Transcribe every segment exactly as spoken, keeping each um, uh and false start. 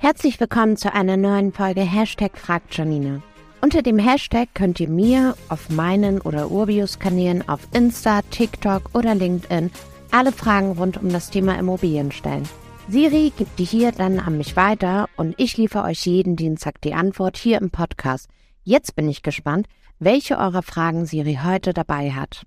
Herzlich willkommen zu einer neuen Folge Hashtag fragt Janina. Unter dem Hashtag könnt ihr mir auf meinen oder Urbius-Kanälen auf Insta, TikTok oder LinkedIn alle Fragen rund um das Thema Immobilien stellen. Siri gibt die hier dann an mich weiter und ich liefere euch jeden Dienstag die Antwort hier im Podcast. Jetzt bin ich gespannt, welche eurer Fragen Siri heute dabei hat.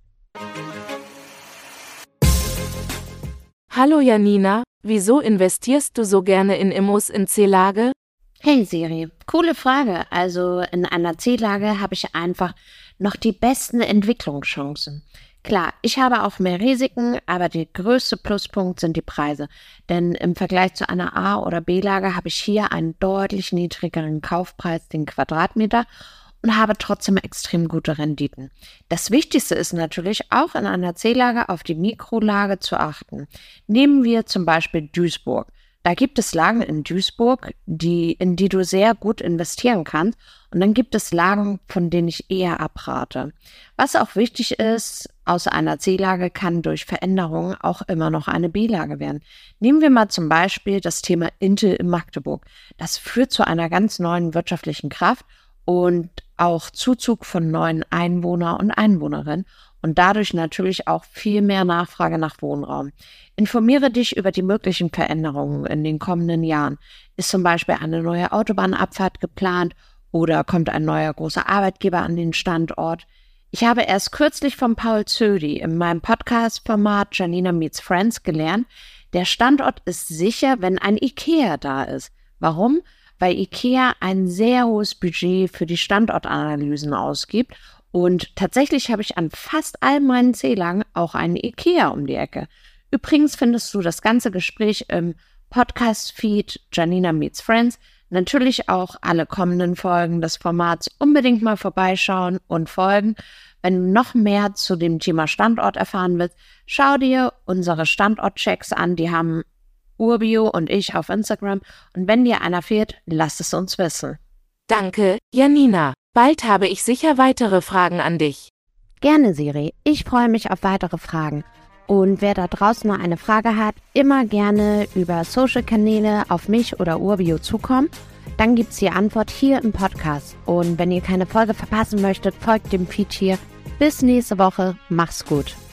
Hallo Janina, wieso investierst du so gerne in Immos in C-Lage? Hey Siri, coole Frage. Also in einer C-Lage habe ich einfach noch die besten Entwicklungschancen. Klar, ich habe auch mehr Risiken, aber der größte Pluspunkt sind die Preise. Denn im Vergleich zu einer A- oder B-Lage habe ich hier einen deutlich niedrigeren Kaufpreis den Quadratmeter und habe trotzdem extrem gute Renditen. Das Wichtigste ist natürlich auch in einer C-Lage auf die Mikrolage zu achten. Nehmen wir zum Beispiel Duisburg. Da gibt es Lagen in Duisburg, die, in die du sehr gut investieren kannst. Und dann gibt es Lagen, von denen ich eher abrate. Was auch wichtig ist, außer einer C-Lage kann durch Veränderungen auch immer noch eine B-Lage werden. Nehmen wir mal zum Beispiel das Thema Intel in Magdeburg. Das führt zu einer ganz neuen wirtschaftlichen Kraft und auch Zuzug von neuen Einwohner und Einwohnerinnen und dadurch natürlich auch viel mehr Nachfrage nach Wohnraum. Informiere dich über die möglichen Veränderungen in den kommenden Jahren. Ist zum Beispiel eine neue Autobahnabfahrt geplant oder kommt ein neuer großer Arbeitgeber an den Standort? Ich habe erst kürzlich von Paul Zödi in meinem Podcast-Format Janina Meets Friends gelernt, der Standort ist sicher, wenn ein IKEA da ist. Warum? Weil IKEA ein sehr hohes Budget für die Standortanalysen ausgibt und tatsächlich habe ich an fast all meinen C-Lagen auch einen IKEA um die Ecke. Übrigens findest du das ganze Gespräch im Podcast-Feed Janina Meets Friends, natürlich auch alle kommenden Folgen des Formats unbedingt mal vorbeischauen und folgen. Wenn du noch mehr zu dem Thema Standort erfahren willst, schau dir unsere Standortchecks an, die haben Urbio und ich auf Instagram. Und wenn dir einer fehlt, lass es uns wissen. Danke, Janina. Bald habe ich sicher weitere Fragen an dich. Gerne, Siri. Ich freue mich auf weitere Fragen. Und wer da draußen noch eine Frage hat, immer gerne über Social-Kanäle auf mich oder Urbio zukommen. Dann gibt's die Antwort hier im Podcast. Und wenn ihr keine Folge verpassen möchtet, folgt dem Feed hier. Bis nächste Woche. Mach's gut.